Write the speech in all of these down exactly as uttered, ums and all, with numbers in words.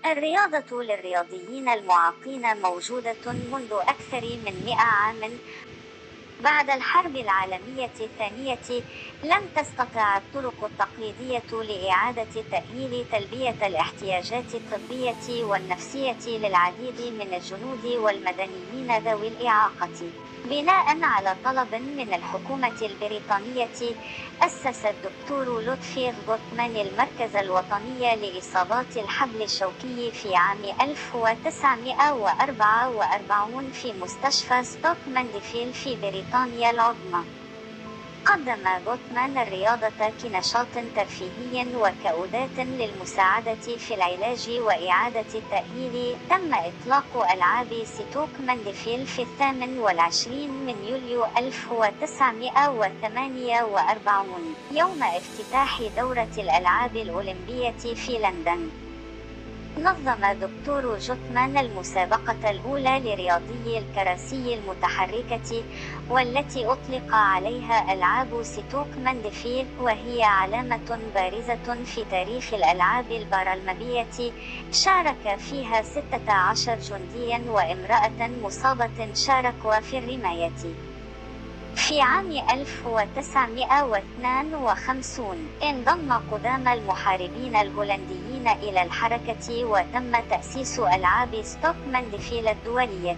الرياضة للرياضيين المعاقين موجودة منذ أكثر من مئة عام. بعد الحرب العالمية الثانية لم تستطع الطرق التقليدية لإعادة تأهيل تلبية الاحتياجات الطبية والنفسية للعديد من الجنود والمدنيين ذوي الإعاقة. بناء على طلب من الحكومة البريطانية، أسس الدكتور لطفي غوتمان المركز الوطني لإصابات الحبل الشوكي في عام ألف وتسعمئة وأربعة وأربعين في مستشفى ستوك مانديفيل في بريطانيا العظمى. قدم غوتمان الرياضة كنشاط ترفيهي وكأداة للمساعدة في العلاج وإعادة التأهيل. تم إطلاق ألعاب ستوك مانديفيل في الثامن والعشرين من يوليو ألف وتسعمئة وثمانية وأربعين يوم افتتاح دورة الألعاب الأولمبية في لندن. نظم دكتور جوتمان المسابقة الأولى لرياضي الكراسي المتحركة، والتي أطلق عليها ألعاب ستوك مانديفيل، وهي علامة بارزة في تاريخ الألعاب البارالمبية. شارك فيها ستة عشر جنديا وامرأة مصابة شاركوا في الرماية. في عام ألف وتسعمئة واثنين وخمسين انضم قدام المحاربين الهولنديين إلى الحركة، وتم تأسيس ألعاب ستوك مانديفيل الدولية.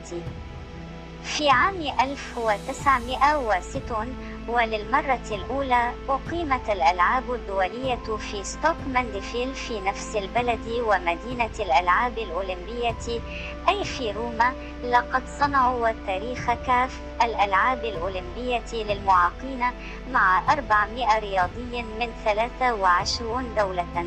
في عام ألف وتسعمئة وستين وللمرة الأولى أقيمت الألعاب الدولية في ستوك مانديفيل في نفس البلد ومدينة الألعاب الأولمبية، أي في روما. لقد صنعوا التاريخ كاف الألعاب الأولمبية للمعاقين مع أربعمئة رياضي من ثلاث وعشرين دولة.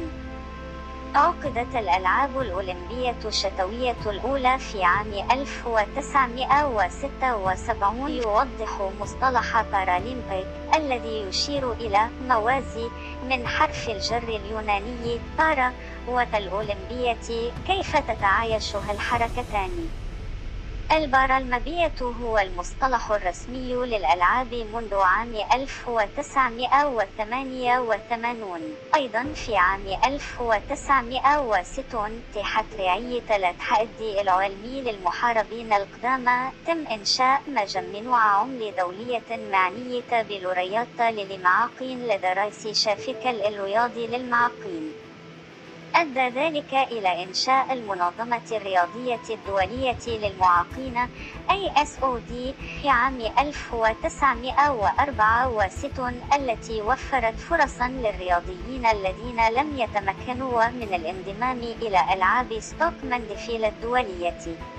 عقدت الألعاب الأولمبية الشتوية الأولى في عام ألف وتسعمئة وستة وسبعين، يوضح مصطلح بارالمبيك الذي يشير إلى موازي من حرف الجر اليوناني بارا والأولمبية كيف تتعايش الحركتان. البارالمبية هو المصطلح الرسمي للألعاب منذ عام ألف وتسعمئة وثمانية وثمانين. أيضا في عام ألف وتسعمئة وستين تحت رعاية الاتحاد العالمي للمحاربين القدامى تم إنشاء مجمع عمل دولية معنية بالرياضة للمعاقين لدراسة شافك الرياضي للمعاقين. أدى ذلك إلى إنشاء المنظمة الرياضية الدولية للمعاقين إيه إس أو دي في عام ألف وتسعمئة وأربعة وستين، التي وفرت فرصا للرياضيين الذين لم يتمكنوا من الانضمام إلى ألعاب ستوك مانديفيل الدولية.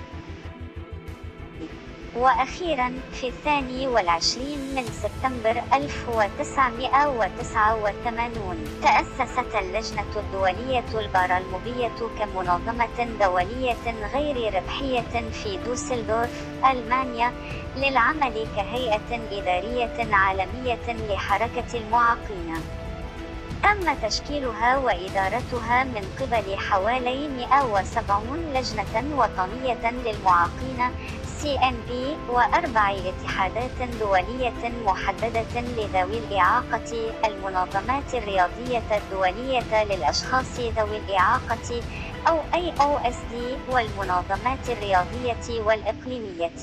وأخيرا في الثاني والعشرين من سبتمبر ألف وتسعمئة وتسعة وثمانين تأسست اللجنة الدولية البارالمبية كمنظمة دولية غير ربحية في دوسلدورف، ألمانيا، للعمل كهيئة إدارية عالمية لحركة المعاقين. تم تشكيلها وإدارتها من قبل حوالي مئة وسبعين لجنة وطنية للمعاقين سي إن بي وأربع اتحادات دولية محددة لذوي الإعاقة، المنظمات الرياضية الدولية للأشخاص ذوي الإعاقة أو إيه أو إس دي، والمنظمات الرياضية والإقليمية.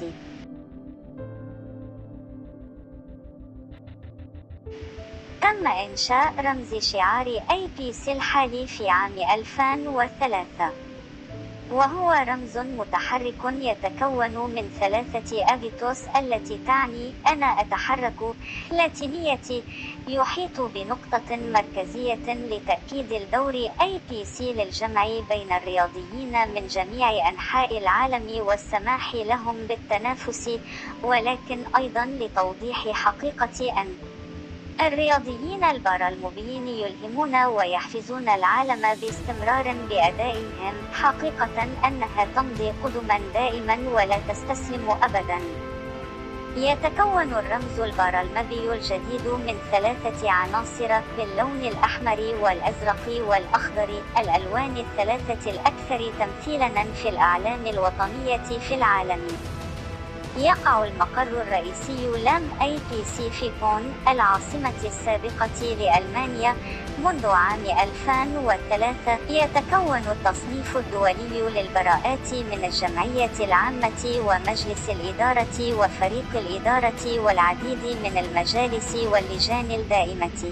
تم إنشاء رمز شعار إيه بي سي الحالي في عام ألفين وثلاثة، وهو رمز متحرك يتكون من ثلاثة أبيتوس التي تعني أنا أتحرك لاتينية، يحيط بنقطة مركزية لتأكيد الدور إيه بي سي للجمع بين الرياضيين من جميع أنحاء العالم والسماح لهم بالتنافس، ولكن أيضا لتوضيح حقيقة أن الرياضيين البارالمبيين يلهمون ويحفزون العالم باستمرار بأدائهم، حقيقة أنها تمضي قدما دائما ولا تستسلم أبدا. يتكون الرمز البارالمبي الجديد من ثلاثة عناصر باللون الأحمر والأزرق والأخضر، الألوان الثلاثة الأكثر تمثيلا في الأعلام الوطنية في العالم. يقع المقر الرئيسي لام أي بي سي في بون، العاصمة السابقة لألمانيا، منذ عام ألفين وثلاثة. يتكون التصنيف الدولي للبراءات من الجمعية العامة ومجلس الإدارة وفريق الإدارة والعديد من المجالس واللجان الدائمة.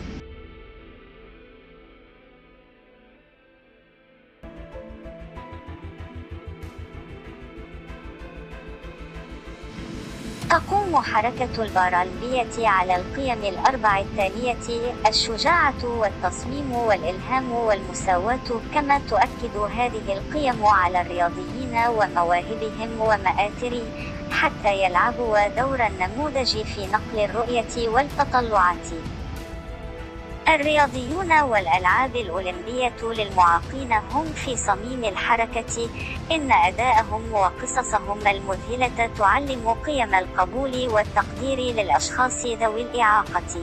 تقوم حركة البارالمبية على القيم الأربع التالية: الشجاعة والتصميم والإلهام والمساواة، كما تؤكد هذه القيم على الرياضيين ومواهبهم ومآثرهم حتى يلعبوا دور النموذج في نقل الرؤية والتطلعات. الرياضيون والألعاب الأولمبية للمعاقين هم في صميم الحركة، إن أداءهم وقصصهم المذهلة تعلم قيم القبول والتقدير للأشخاص ذوي الإعاقة.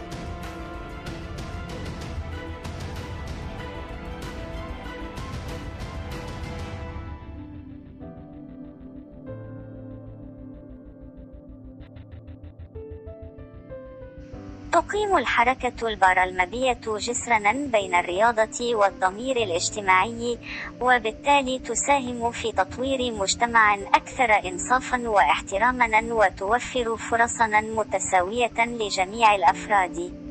تقيم الحركة البارالمبية جسراً بين الرياضة والضمير الاجتماعي، وبالتالي تساهم في تطوير مجتمع أكثر إنصافاً واحتراماً وتوفر فرصاً متساوية لجميع الأفراد.